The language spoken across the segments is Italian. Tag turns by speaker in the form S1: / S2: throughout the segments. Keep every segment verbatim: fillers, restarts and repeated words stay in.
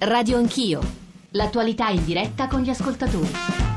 S1: Radio Anch'io, l'attualità in diretta con gli ascoltatori.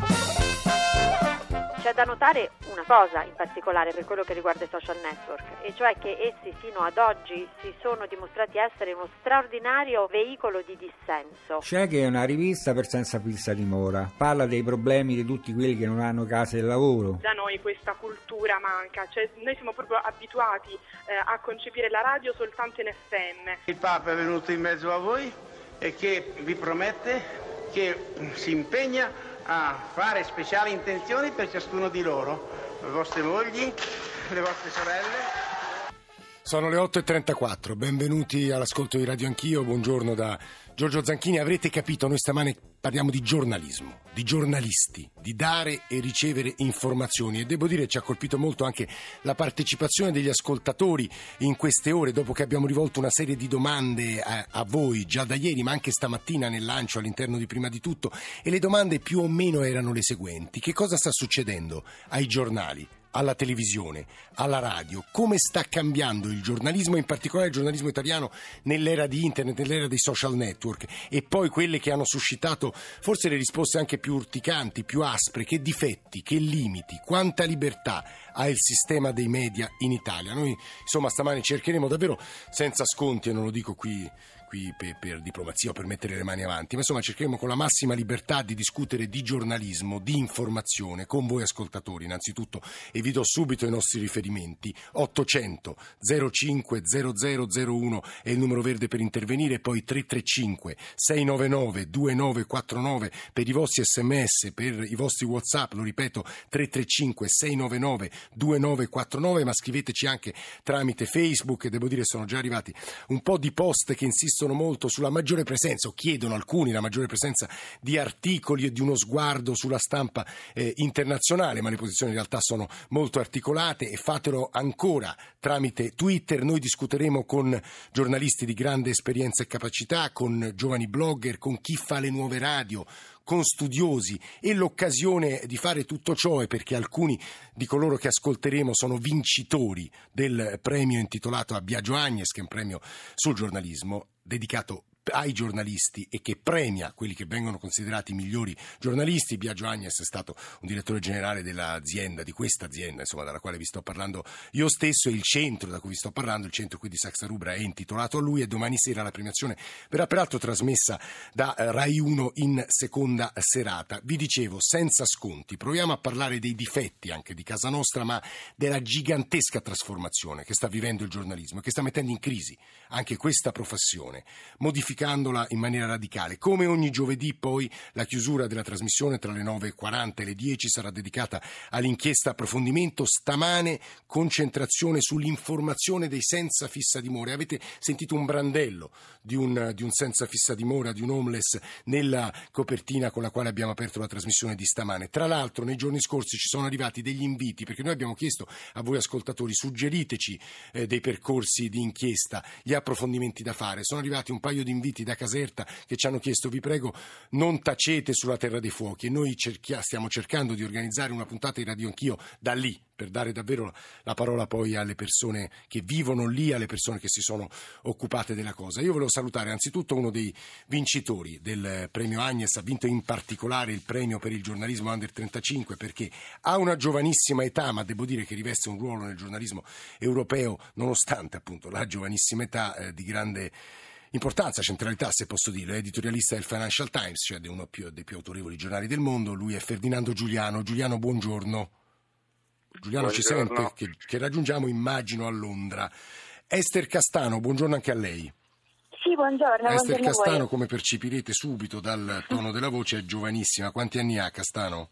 S2: C'è da notare una cosa in particolare per quello che riguarda i social network, e cioè che essi fino ad oggi si sono dimostrati essere uno straordinario veicolo di dissenso.
S3: C'è che è una rivista per senza fissa dimora, parla dei problemi di tutti quelli che non hanno casa e lavoro.
S4: Da noi questa cultura manca, cioè noi siamo proprio abituati eh, a concepire la radio soltanto in F M.
S5: Il Papa è venuto in mezzo a voi e che vi promette che si impegna a fare speciali intenzioni per ciascuno di loro, le vostre mogli, le vostre sorelle.
S6: Sono le otto e trentaquattro, benvenuti all'ascolto di Radio Anch'io, buongiorno da Giorgio Zanchini. Avrete capito, noi stamane parliamo di giornalismo, di giornalisti, di dare e ricevere informazioni, e devo dire ci ha colpito molto anche la partecipazione degli ascoltatori in queste ore, dopo che abbiamo rivolto una serie di domande a, a voi già da ieri, ma anche stamattina nel lancio all'interno di Prima di Tutto, e le domande più o meno erano le seguenti: che cosa sta succedendo ai giornali, alla televisione, alla radio, come sta cambiando il giornalismo, in particolare il giornalismo italiano nell'era di internet, nell'era dei social network, e poi quelle che hanno suscitato forse le risposte anche più urticanti, più aspre: che difetti, che limiti, quanta libertà ha il sistema dei media in Italia. Noi insomma stamani cercheremo davvero, senza sconti, e non lo dico qui Per, per diplomazia o per mettere le mani avanti, ma insomma cercheremo con la massima libertà di discutere di giornalismo, di informazione con voi ascoltatori innanzitutto, e vi do subito i nostri riferimenti. Ottocento zero cinque zero zero zero uno è il numero verde per intervenire, poi tre tre cinque sei nove nove due nove quattro nove per i vostri sms, per i vostri WhatsApp, lo ripeto, tre tre cinque sei nove nove due nove quattro nove, ma scriveteci anche tramite Facebook, e devo dire sono già arrivati un po' di post che insistono molto sulla maggiore presenza, o chiedono alcuni la maggiore presenza di articoli e di uno sguardo sulla stampa eh, internazionale, ma le posizioni in realtà sono molto articolate, e fatelo ancora tramite Twitter. Noi discuteremo con giornalisti di grande esperienza e capacità, con giovani blogger, con chi fa le nuove radio, con studiosi, e l'occasione di fare tutto ciò è perché alcuni di coloro che ascolteremo sono vincitori del premio intitolato a Biagio Agnes, che è un premio sul giornalismo dedicato ai giornalisti e che premia quelli che vengono considerati i migliori giornalisti. Biagio Agnes è stato un direttore generale dell'azienda, di questa azienda, insomma, dalla quale vi sto parlando io stesso, e il centro da cui vi sto parlando, il centro qui di Saxa Rubra, è intitolato a lui, e domani sera la premiazione verrà peraltro trasmessa da Rai uno in seconda serata. Vi dicevo, senza sconti, proviamo a parlare dei difetti anche di casa nostra, ma della gigantesca trasformazione che sta vivendo il giornalismo e che sta mettendo in crisi anche questa professione, modificando in maniera radicale. Come ogni giovedì poi la chiusura della trasmissione tra le nove e quaranta e le dieci sarà dedicata all'inchiesta approfondimento. Stamane concentrazione sull'informazione dei senza fissa dimora. Avete sentito un brandello di un, di un senza fissa dimora, di un homeless, nella copertina con la quale abbiamo aperto la trasmissione di stamane. Tra l'altro nei giorni scorsi ci sono arrivati degli inviti, perché noi abbiamo chiesto a voi ascoltatori: suggeriteci eh, dei percorsi di inchiesta, gli approfondimenti da fare. Sono arrivati un paio di inviti da Caserta che ci hanno chiesto: vi prego, non tacete sulla Terra dei Fuochi, e noi cerchia, stiamo cercando di organizzare una puntata di Radio Anch'io da lì, per dare davvero la parola poi alle persone che vivono lì, alle persone che si sono occupate della cosa. Io volevo salutare anzitutto uno dei vincitori del premio Agnes, ha vinto in particolare il premio per il giornalismo Under trentacinque, perché ha una giovanissima età, ma devo dire che riveste un ruolo nel giornalismo europeo, nonostante appunto la giovanissima età, eh, di grande importanza, centralità, se posso dire. Editorialista del Financial Times, cioè di uno più, dei più autorevoli giornali del mondo. Lui è Ferdinando Giuliano. Giuliano, buongiorno. Giuliano, buongiorno. Ci sente? Che, che raggiungiamo, immagino, a Londra. Ester Castano, buongiorno anche a lei.
S7: Sì, buongiorno.
S6: Ester
S7: buongiorno
S6: Castano, come percepirete subito dal tono della voce, è giovanissima. Quanti anni ha, Castano?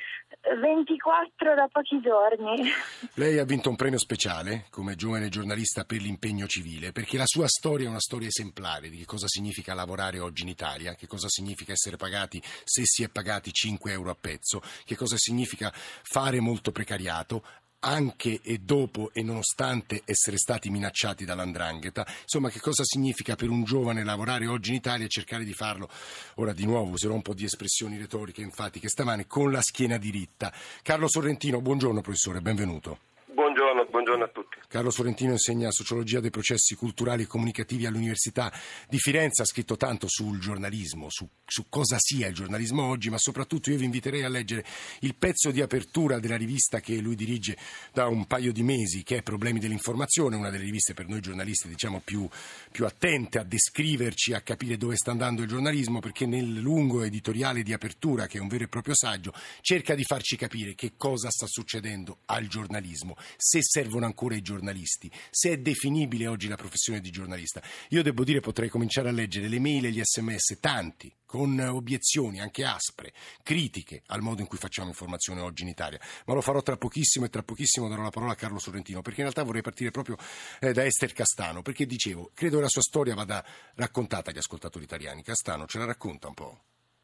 S7: ventiquattro da pochi giorni.
S6: Lei ha vinto un premio speciale come giovane giornalista per l'impegno civile, perché la sua storia è una storia esemplare di che cosa significa lavorare oggi in Italia, che cosa significa essere pagati, se si è pagati, cinque euro a pezzo, che cosa significa fare molto precariato, anche e dopo e nonostante essere stati minacciati dall'andrangheta. Insomma, che cosa significa per un giovane lavorare oggi in Italia e cercare di farlo, ora di nuovo userò un po' di espressioni retoriche enfatiche stamane, con la schiena diritta. Carlo Sorrentino, buongiorno professore, benvenuto.
S8: Buongiorno, buongiorno a tutti.
S6: Carlo Sorrentino insegna sociologia dei processi culturali e comunicativi all'Università di Firenze, ha scritto tanto sul giornalismo, su, su cosa sia il giornalismo oggi, ma soprattutto io vi inviterei a leggere il pezzo di apertura della rivista che lui dirige da un paio di mesi, che è Problemi dell'informazione, una delle riviste per noi giornalisti diciamo più, più attente a descriverci, a capire dove sta andando il giornalismo, perché nel lungo editoriale di apertura, che è un vero e proprio saggio, cerca di farci capire che cosa sta succedendo al giornalismo, se servono ancora i giornalisti, se è definibile oggi la professione di giornalista. Io devo dire, potrei cominciare a leggere le mail e gli sms, tanti, con obiezioni anche aspre, critiche al modo in cui facciamo informazione oggi in Italia, ma lo farò tra pochissimo e tra pochissimo darò la parola a Carlo Sorrentino, perché in realtà vorrei partire proprio eh, da Ester Castano, perché dicevo, credo che la sua storia vada raccontata agli ascoltatori italiani. Castano, ce la racconta un po'?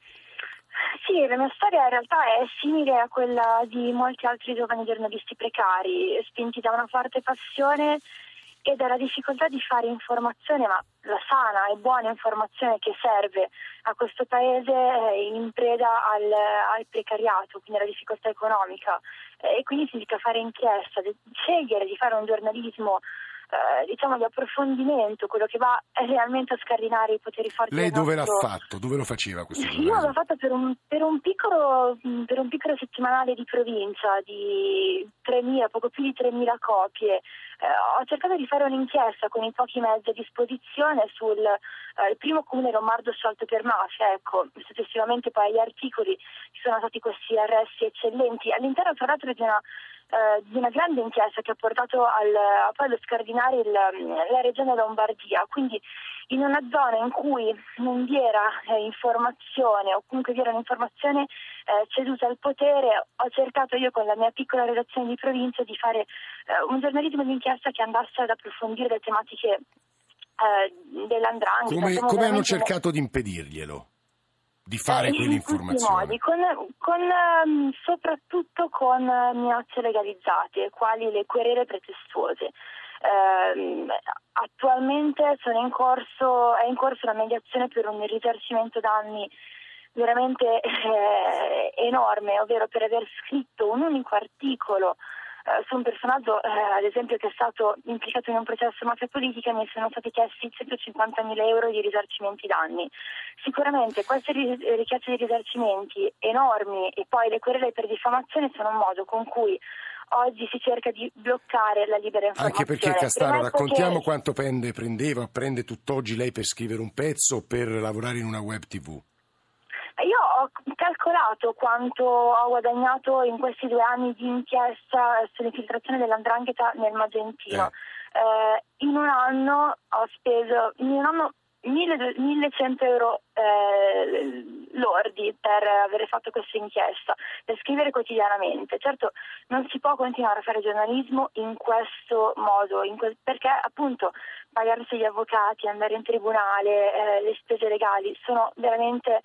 S7: Sì, la mia storia in realtà è simile a quella di molti altri giovani giornalisti precari, spinti da una forte passione e dalla difficoltà di fare informazione, ma la sana e buona informazione che serve a questo paese in preda al, al precariato, quindi alla difficoltà economica. E quindi significa fare inchiesta, scegliere di fare un giornalismo Eh, diciamo di approfondimento, quello che va realmente a scardinare i poteri forti.
S6: Lei dove
S7: nostro...
S6: l'ha fatto? Dove lo faceva questo?
S7: Io l'ho fatto per un, per un piccolo per un piccolo settimanale di provincia di tremila, poco più di tremila copie. Eh, ho cercato di fare un'inchiesta con i pochi mezzi a disposizione sul eh, il primo comune lombardo sciolto per mafia. Ecco, successivamente poi agli articoli ci sono stati questi arresti eccellenti all'interno tra l'altro di una Eh, di una grande inchiesta che ha portato al, a poi allo scardinare il, la regione Lombardia, quindi in una zona in cui non vi era eh, informazione o comunque vi era un'informazione eh, ceduta al potere, ho cercato io con la mia piccola redazione di provincia di fare eh, un giornalismo di inchiesta che andasse ad approfondire le tematiche eh, dell'andrangheta.
S6: Come, come
S7: veramente...
S6: hanno cercato di impedirglielo? Di fare
S7: eh,
S6: quell'informazione?
S7: In tutti i modi, con, con, soprattutto con minacce legalizzate, quali le querele pretestuose. Eh, attualmente sono in corso, è in corso la mediazione per un risarcimento danni veramente eh, enorme, ovvero per aver scritto un unico articolo Uh, su un personaggio, uh, ad esempio, che è stato implicato in un processo mafia politica, mi sono stati chiesti centocinquantamila euro di risarcimenti danni. Sicuramente queste ri- richieste di risarcimenti enormi e poi le querele per diffamazione sono un modo con cui oggi si cerca di bloccare la libera informazione.
S6: Anche perché, Castano, raccontiamo
S7: che...
S6: quanto prende, prendeva, prende tutt'oggi lei per scrivere un pezzo o per lavorare in una web tivù?
S7: Io ho calcolato quanto ho guadagnato in questi due anni di inchiesta sull'infiltrazione dell'andrangheta nel Magentino. Eh. Eh, in un anno ho speso in un anno millecento euro eh, lordi per aver fatto questa inchiesta, per scrivere quotidianamente. Certo, non si può continuare a fare giornalismo in questo modo, in que- perché appunto pagarsi gli avvocati, andare in tribunale, eh, le spese legali sono veramente...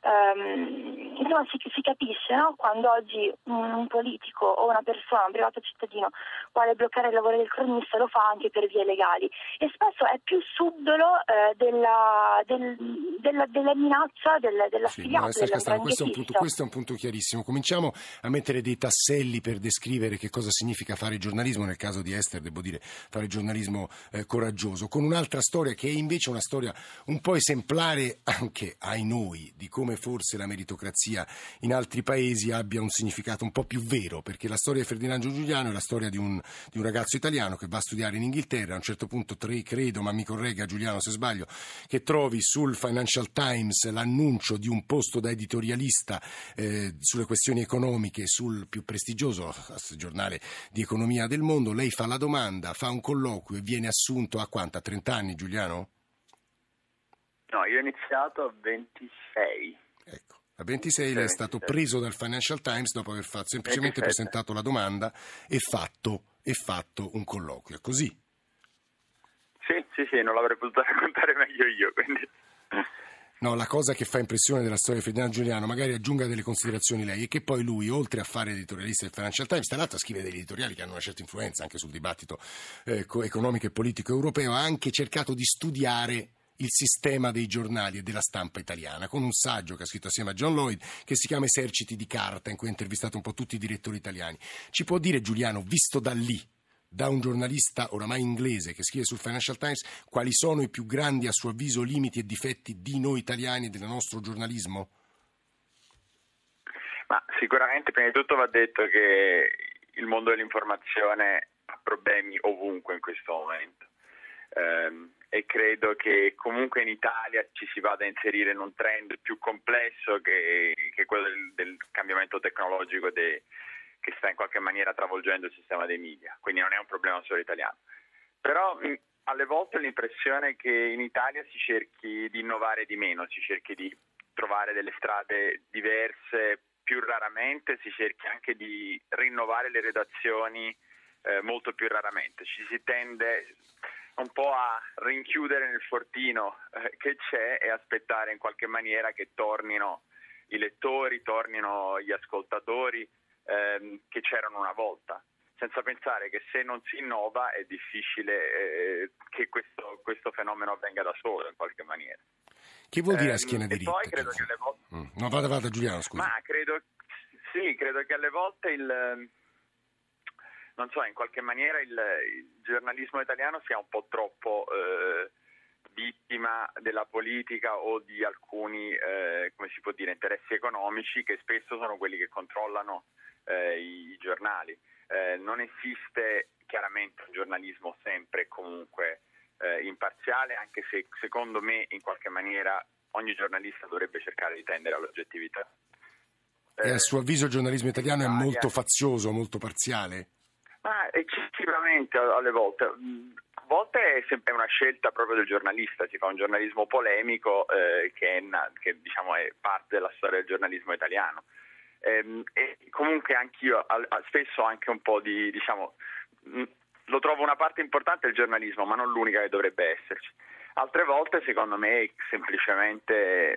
S7: Um, insomma si, si capisce, no? Quando oggi un, un politico o una persona, un privato cittadino vuole bloccare il lavoro del cronista, lo fa anche per vie legali e spesso è più subdolo eh, della, del, della, della minaccia del, dell'affiliato.
S6: Sì, Castano, questo, è un punto, questo è un punto chiarissimo. Cominciamo a mettere dei tasselli per descrivere che cosa significa fare giornalismo, nel caso di Ester devo dire fare giornalismo eh, coraggioso, con un'altra storia che è invece una storia un po' esemplare anche ai noi di come forse la meritocrazia in altri paesi abbia un significato un po' più vero, perché la storia di Ferdinando Giuliano è la storia di un, di un ragazzo italiano che va a studiare in Inghilterra. A un certo punto tre, credo, ma mi corregga Giuliano se sbaglio, che trovi sul Financial Times l'annuncio di un posto da editorialista eh, sulle questioni economiche sul più prestigioso giornale di economia del mondo. Lei fa la domanda, fa un colloquio e viene assunto a quanto? A trenta anni, Giuliano?
S8: No, io ho iniziato a ventisei.
S6: Ecco, a ventisei lei è stato preso dal Financial Times dopo aver fatto, semplicemente ventisette presentato la domanda e fatto, e fatto un colloquio. È così?
S8: Sì, sì, sì, non l'avrei potuto raccontare meglio io, quindi...
S6: No, la cosa che fa impressione della storia di Ferdinando Giuliano, magari aggiunga delle considerazioni lei, è che poi lui, oltre a fare editorialista del Financial Times, tra l'altro scrive degli editoriali che hanno una certa influenza anche sul dibattito eh, economico e politico europeo, ha anche cercato di studiare il sistema dei giornali e della stampa italiana, con un saggio che ha scritto assieme a John Lloyd che si chiama Eserciti di carta, in cui ha intervistato un po' tutti i direttori italiani. Ci può dire, Giuliano, visto da lì, da un giornalista oramai inglese che scrive sul Financial Times, quali sono i più grandi, a suo avviso, limiti e difetti di noi italiani e del nostro giornalismo?
S8: Ma sicuramente prima di tutto va detto che il mondo dell'informazione ha problemi ovunque in questo momento. Um, e credo che comunque in Italia ci si vada a inserire in un trend più complesso che, che quello del, del cambiamento tecnologico de, che sta in qualche maniera travolgendo il sistema dei media, quindi non è un problema solo italiano. Però mh, alle volte ho l'impressione che in Italia si cerchi di innovare di meno, si cerchi di trovare delle strade diverse, più raramente si cerchi anche di rinnovare le redazioni eh, molto più raramente, ci si tende un po' a rinchiudere nel fortino eh, che c'è e aspettare in qualche maniera che tornino i lettori, tornino gli ascoltatori ehm, che c'erano una volta, senza pensare che se non si innova è difficile eh, che questo, questo fenomeno avvenga da solo in qualche maniera.
S6: Che vuol dire a
S8: Eh,
S6: schiena
S8: e
S6: diritta?
S8: poi credo che alle volte...
S6: Mm. No, vada, vada Giuliano, scusa.
S8: Ma credo, sì, credo che alle volte il... non so, in qualche maniera il, il giornalismo italiano sia un po' troppo eh, vittima della politica o di alcuni, eh, come si può dire, interessi economici che spesso sono quelli che controllano eh, i, i giornali. Eh, non esiste chiaramente un giornalismo sempre e comunque eh, imparziale, anche se secondo me in qualche maniera ogni giornalista dovrebbe cercare di tendere all'oggettività.
S6: E
S8: Eh,
S6: a suo avviso il giornalismo italiano è
S8: Italia-
S6: molto fazioso, molto parziale?
S8: Ma eccessivamente alle volte. A volte è sempre una scelta proprio del giornalista, si fa un giornalismo polemico eh, che, è, na- che diciamo è parte della storia del giornalismo italiano. Ehm, e comunque anch'io al- al- spesso anche un po' di, diciamo, mh, lo trovo una parte importante del giornalismo, ma non l'unica che dovrebbe esserci. Altre volte secondo me è semplicemente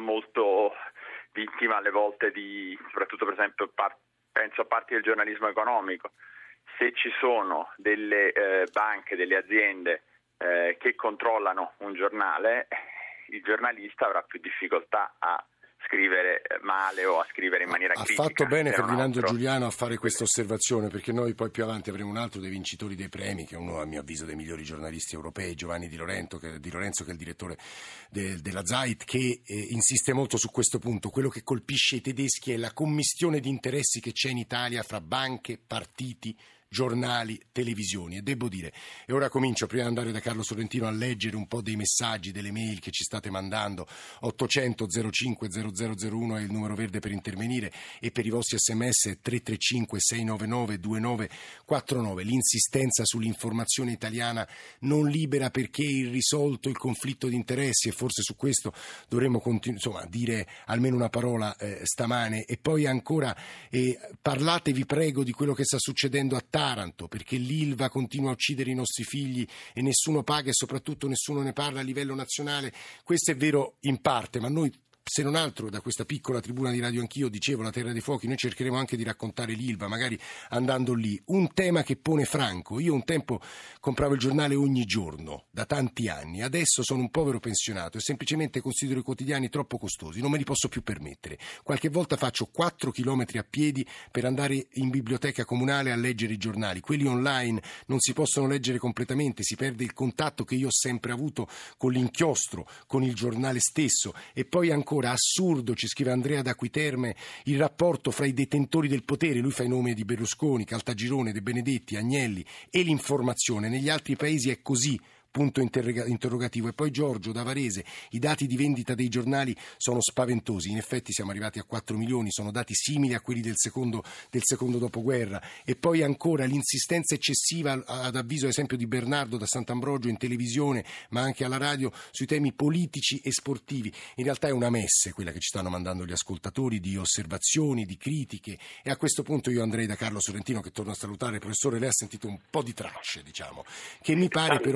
S8: molto vittima alle volte di, soprattutto per esempio par- penso a parti del giornalismo economico. Se ci sono delle eh, banche, delle aziende eh, che controllano un giornale, il giornalista avrà più difficoltà a scrivere male o a scrivere in maniera
S6: Ha
S8: critica.
S6: fatto bene
S8: se non
S6: Ferdinando
S8: altro.
S6: Giuliano a fare questa osservazione, perché noi poi più avanti avremo un altro dei vincitori dei premi, che è uno a mio avviso dei migliori giornalisti europei, Giovanni Di Lorenzo, che, Di Lorenzo, che è il direttore de, della Zeit, che eh, insiste molto su questo punto. Quello che colpisce i tedeschi è la commistione di interessi che c'è in Italia fra banche, partiti, giornali, televisioni. E devo dire, e ora comincio, prima di andare da Carlo Sorrentino, a leggere un po' dei messaggi, delle mail che ci state mandando. Ottocento zero cinque zero zero zero uno è il numero verde per intervenire, e per i vostri sms tre tre cinque sei nove nove due nove quattro nove. L'insistenza sull'informazione italiana non libera perché è irrisolto il conflitto di interessi, e forse su questo dovremmo continu- insomma, dire almeno una parola eh, stamane. E poi ancora eh, parlate, vi prego, di quello che sta succedendo a Taranto, perché l'Ilva continua a uccidere i nostri figli e nessuno paga, e soprattutto nessuno ne parla a livello nazionale. Questo è vero in parte, ma noi, se non altro, da questa piccola tribuna di Radio Anch'io, dicevo, la Terra dei Fuochi, noi cercheremo anche di raccontare l'Ilva, magari andando lì. Un tema che pone Franco: io un tempo compravo il giornale ogni giorno, da tanti anni, adesso sono un povero pensionato e semplicemente considero i quotidiani troppo costosi, non me li posso più permettere. Qualche volta faccio quattro chilometri a piedi per andare in biblioteca comunale a leggere i giornali. Quelli online non si possono leggere completamente, si perde il contatto che io ho sempre avuto con l'inchiostro, con il giornale stesso. E poi ancora, assurdo, ci scrive Andrea da Quiterme, il rapporto fra i detentori del potere, lui fa i nomi di Berlusconi, Caltagirone, De Benedetti, Agnelli, e l'informazione. Negli altri paesi è così. Punto interrogativo. E poi Giorgio da Varese: i dati di vendita dei giornali sono spaventosi, in effetti siamo arrivati a quattro milioni, sono dati simili a quelli del secondo, del secondo dopoguerra. E poi ancora l'insistenza eccessiva, ad avviso ad esempio di Bernardo da Sant'Ambrogio, in televisione ma anche alla radio, sui temi politici e sportivi. In realtà è una messe quella che ci stanno mandando gli ascoltatori, di osservazioni, di critiche. E a questo punto io andrei da Carlo Sorrentino, che torno a salutare. Professore, lei ha sentito un po' di tracce, diciamo, che mi pare però ci aiutano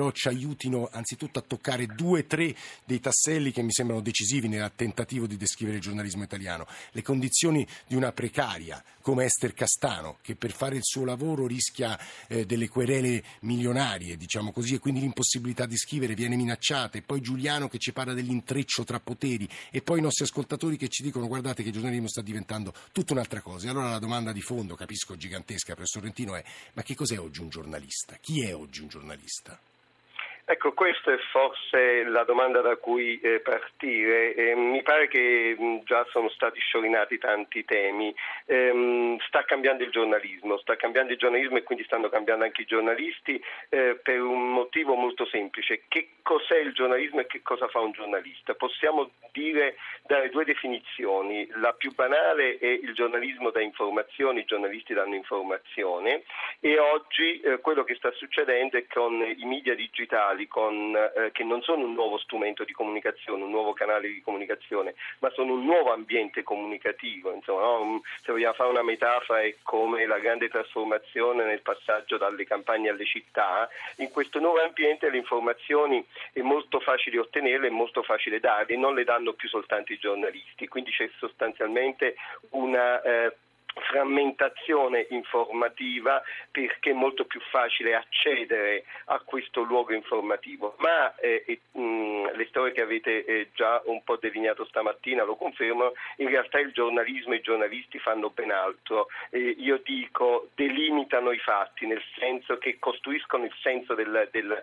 S6: aiutino anzitutto a toccare due o tre dei tasselli che mi sembrano decisivi nel tentativo di descrivere il giornalismo italiano. Le condizioni di una precaria come Ester Castano, che per fare il suo lavoro rischia eh, delle querele milionarie, diciamo così, e quindi l'impossibilità di scrivere, viene minacciata, e poi Giuliano che ci parla dell'intreccio tra poteri, e poi i nostri ascoltatori che ci dicono guardate che il giornalismo sta diventando tutta un'altra cosa. E allora la domanda di fondo, capisco gigantesca, professor Sorrentino, è: ma che cos'è oggi un giornalista? Chi è oggi un giornalista?
S9: Ecco, questa è forse la domanda da cui eh, partire. Eh, mi pare che mh, già sono stati sciorinati tanti temi. Eh, sta cambiando il giornalismo, sta cambiando il giornalismo e quindi stanno cambiando anche i giornalisti eh, per un motivo molto semplice. Che cos'è il giornalismo e che cosa fa un giornalista? Possiamo dire, dare due definizioni. La più banale è il giornalismo da informazioni, i giornalisti danno informazione, e oggi eh, quello che sta succedendo è con i media digitali, Con, eh, che non sono un nuovo strumento di comunicazione, un nuovo canale di comunicazione, ma sono un nuovo ambiente comunicativo. Insomma, no? Se vogliamo fare una metafora, è come la grande trasformazione nel passaggio dalle campagne alle città. In questo nuovo ambiente le informazioni è molto facile ottenerle, è molto facile darle, non le danno più soltanto i giornalisti, quindi c'è sostanzialmente una eh, frammentazione informativa, perché è molto più facile accedere a questo luogo informativo. Ma eh, eh, mh, le storie che avete eh, già un po' delineato stamattina lo confermano. In realtà il giornalismo e i giornalisti fanno ben altro. Eh, io dico, delimitano i fatti, nel senso che costruiscono il senso del, del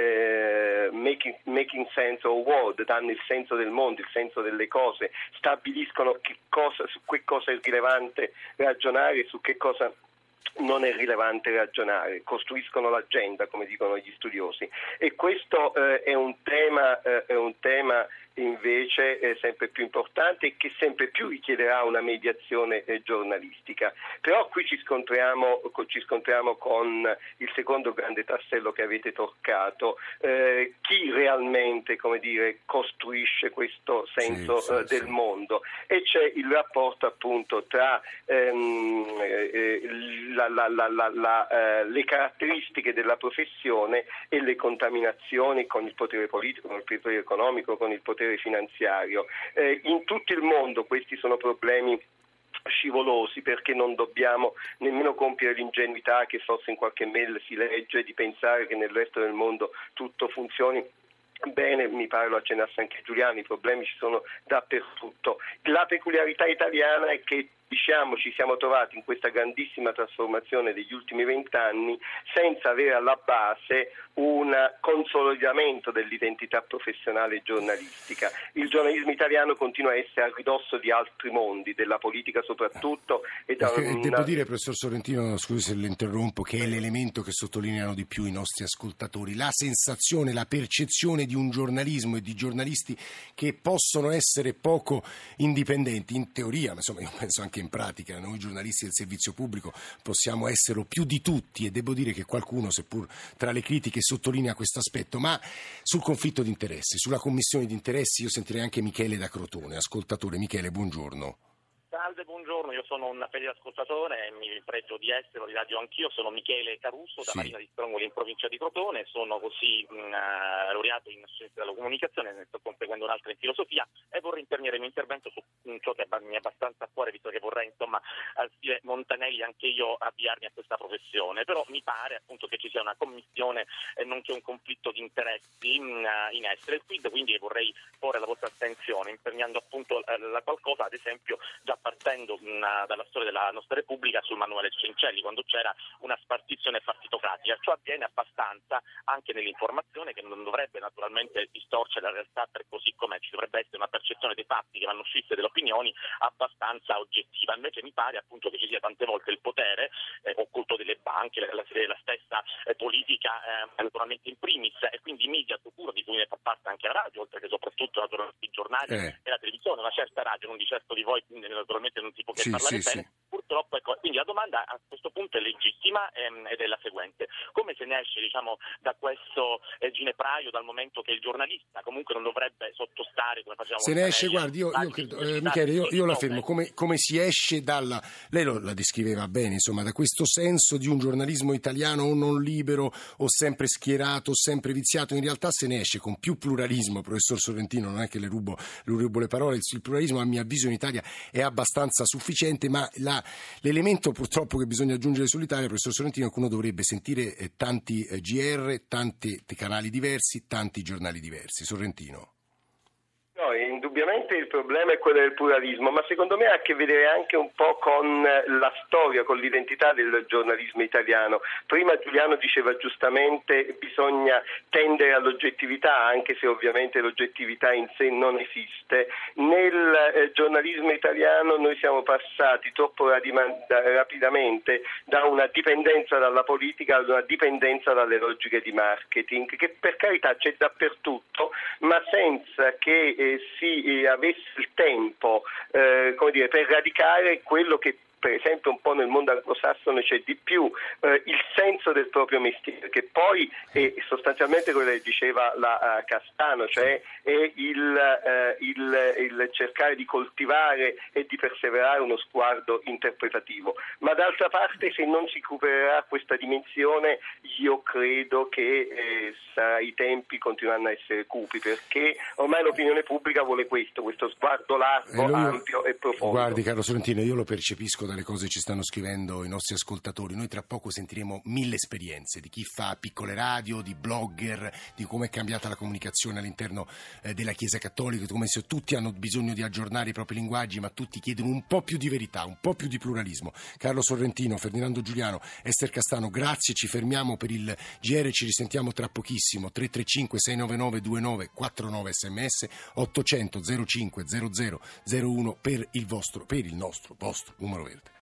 S9: eh, making, making sense of world, danno il senso del mondo, il senso delle cose, stabiliscono che cosa, su che cosa è rilevante ragionare, su che cosa non è rilevante ragionare, costruiscono l'agenda, come dicono gli studiosi, e questo eh, è un tema, eh, è un tema invece è sempre più importante e che sempre più richiederà una mediazione eh, giornalistica. Però qui ci scontriamo, ci scontriamo con il secondo grande tassello che avete toccato, eh, chi realmente, come dire, costruisce questo senso sì, sì, eh, del sì. mondo, e c'è il rapporto appunto tra ehm, eh, la, la, la, la, la, eh, le caratteristiche della professione e le contaminazioni con il potere politico, con il potere economico, con il potere finanziario. Eh, in tutto il mondo questi sono problemi scivolosi, perché non dobbiamo nemmeno compiere l'ingenuità che forse in qualche mail si legge di pensare che nel resto del mondo tutto funzioni bene. Mi pare lo accennasse anche Giuliano, i problemi ci sono dappertutto. La peculiarità italiana è che, diciamo, ci siamo trovati in questa grandissima trasformazione degli ultimi vent'anni senza avere alla base un consolidamento dell'identità professionale e giornalistica. Il giornalismo italiano continua a essere a ridosso di altri mondi, della politica soprattutto. E da una...
S6: Devo dire, professor Sorrentino, scusi se l'interrompo, che è l'elemento che sottolineano di più i nostri ascoltatori, la sensazione, la percezione di un giornalismo e di giornalisti che possono essere poco indipendenti, in teoria, ma insomma io penso anche in pratica. Noi giornalisti del servizio pubblico possiamo esserlo più di tutti, e devo dire che qualcuno, seppur tra le critiche, sottolinea questo aspetto. Ma sul conflitto di interessi, sulla commissione di interessi, io sentirei anche Michele da Crotone, ascoltatore. Michele, buongiorno.
S10: Salve, buongiorno, io sono un fedele ascoltatore e mi pregio di essere, di radio anch'io. Sono Michele Caruso, da sì. Marina di Strongoli in provincia di Crotone, sono così mh, laureato in scienze della comunicazione, sto conseguendo un'altra in filosofia, e vorrei imperniare il mio intervento su ciò che mi è abbastanza a cuore, visto che vorrei, insomma, al stile Montanelli anche io avviarmi a questa professione. Però mi pare appunto che ci sia una commissione e non c'è un conflitto di interessi in, in essere, quindi, quindi vorrei porre la vostra attenzione imperniando appunto eh, la qualcosa, ad esempio già partendo mh, dalla storia della nostra Repubblica sul manuale Cencelli, quando c'era una spartizione partitocratica. Ciò avviene abbastanza anche nell'informazione, che non dovrebbe naturalmente distorcere la realtà per così com'è. Ci dovrebbe essere una percezione dei fatti che vanno uscite, delle opinioni, abbastanza oggettiva. Invece mi pare appunto che ci sia tante volte il potere eh, occulto delle banche, la, la, la stessa eh, politica eh, naturalmente in primis, e quindi i media sicuro di cui ne fa parte anche la radio, oltre che soprattutto naturalmente i giornali eh. e la televisione. Una certa radio, non di certo di voi, naturalmente non si può che
S6: sì,
S10: parlare
S6: sì,
S10: bene.
S6: Sì.
S10: purtroppo, ecco, quindi la domanda a questo punto è legittima ehm, ed è la seguente: come se ne esce, diciamo, da questo eh, ginepraio, dal momento che il giornalista comunque non dovrebbe sottostare, come facciamo
S6: se ne esce, guardi, io, io credo, eh, Michele, io, io la fermo, come, come si esce dalla, lei lo, la descriveva bene, insomma, da questo senso di un giornalismo italiano o non libero o sempre schierato o sempre viziato. In realtà se ne esce con più pluralismo, professor Sorrentino, non è che le rubo, le rubo le parole, il, il pluralismo a mio avviso in Italia è abbastanza sufficiente, ma la, l'elemento purtroppo che bisogna aggiungere sull'Italia, professor Sorrentino, è che uno dovrebbe sentire eh, tanti eh, G R, tanti canali diversi, tanti giornali diversi. Sorrentino.
S9: No, indubbiamente il problema è quello del pluralismo, ma secondo me ha a che vedere anche un po' con la storia, con l'identità del giornalismo italiano. Prima Giuliano diceva giustamente bisogna tendere all'oggettività, anche se ovviamente l'oggettività in sé non esiste. Nel eh, giornalismo italiano noi siamo passati troppo rapidamente da una dipendenza dalla politica ad una dipendenza dalle logiche di marketing, che per carità c'è dappertutto, ma senza che eh, si eh, avesse il tempo eh, come dire, per radicare quello che per esempio un po' nel mondo anglosassone c'è di più, eh, il senso del proprio mestiere, che poi è sostanzialmente quello che diceva la uh, Castano, cioè è il, uh, il, il cercare di coltivare e di perseverare uno sguardo interpretativo. Ma d'altra parte, se non si recupererà questa dimensione, io credo che eh, i tempi continueranno a essere cupi, perché ormai l'opinione pubblica vuole questo, questo sguardo largo,
S6: eh,
S9: ampio e profondo.
S6: Guardi, caro Sorrentino, io lo percepisco dalle cose che ci stanno scrivendo i nostri ascoltatori. Noi tra poco sentiremo mille esperienze di chi fa piccole radio, di blogger, di come è cambiata la comunicazione all'interno eh, della Chiesa Cattolica, come se tutti hanno bisogno di aggiornare i propri linguaggi, ma tutti chiedono un po' più di verità, un po' più di pluralismo. Carlo Sorrentino, Ferdinando Giuliano, Ester Castano, grazie, ci fermiamo per il G R, ci risentiamo tra pochissimo. Tre tre cinque sei nove nove due nove quattro nove sms, ottocento zero cinque zero zero zero uno per il vostro, per il nostro, vostro numero verde.